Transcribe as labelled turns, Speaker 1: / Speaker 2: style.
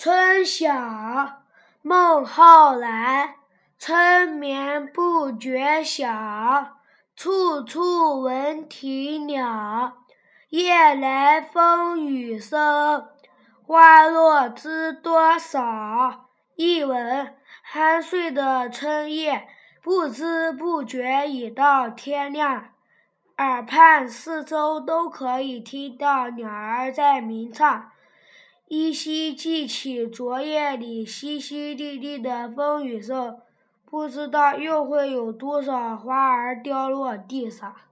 Speaker 1: 春晓，孟浩然。春眠不觉晓，处处闻啼鸟。夜来风雨声，花落知多少。译文：酣睡的春夜，不知不觉已到天亮，耳畔四周都可以听到鸟儿在鸣唱，依稀记起昨夜里淅淅沥沥的风雨声，不知道又会有多少花儿掉落地上。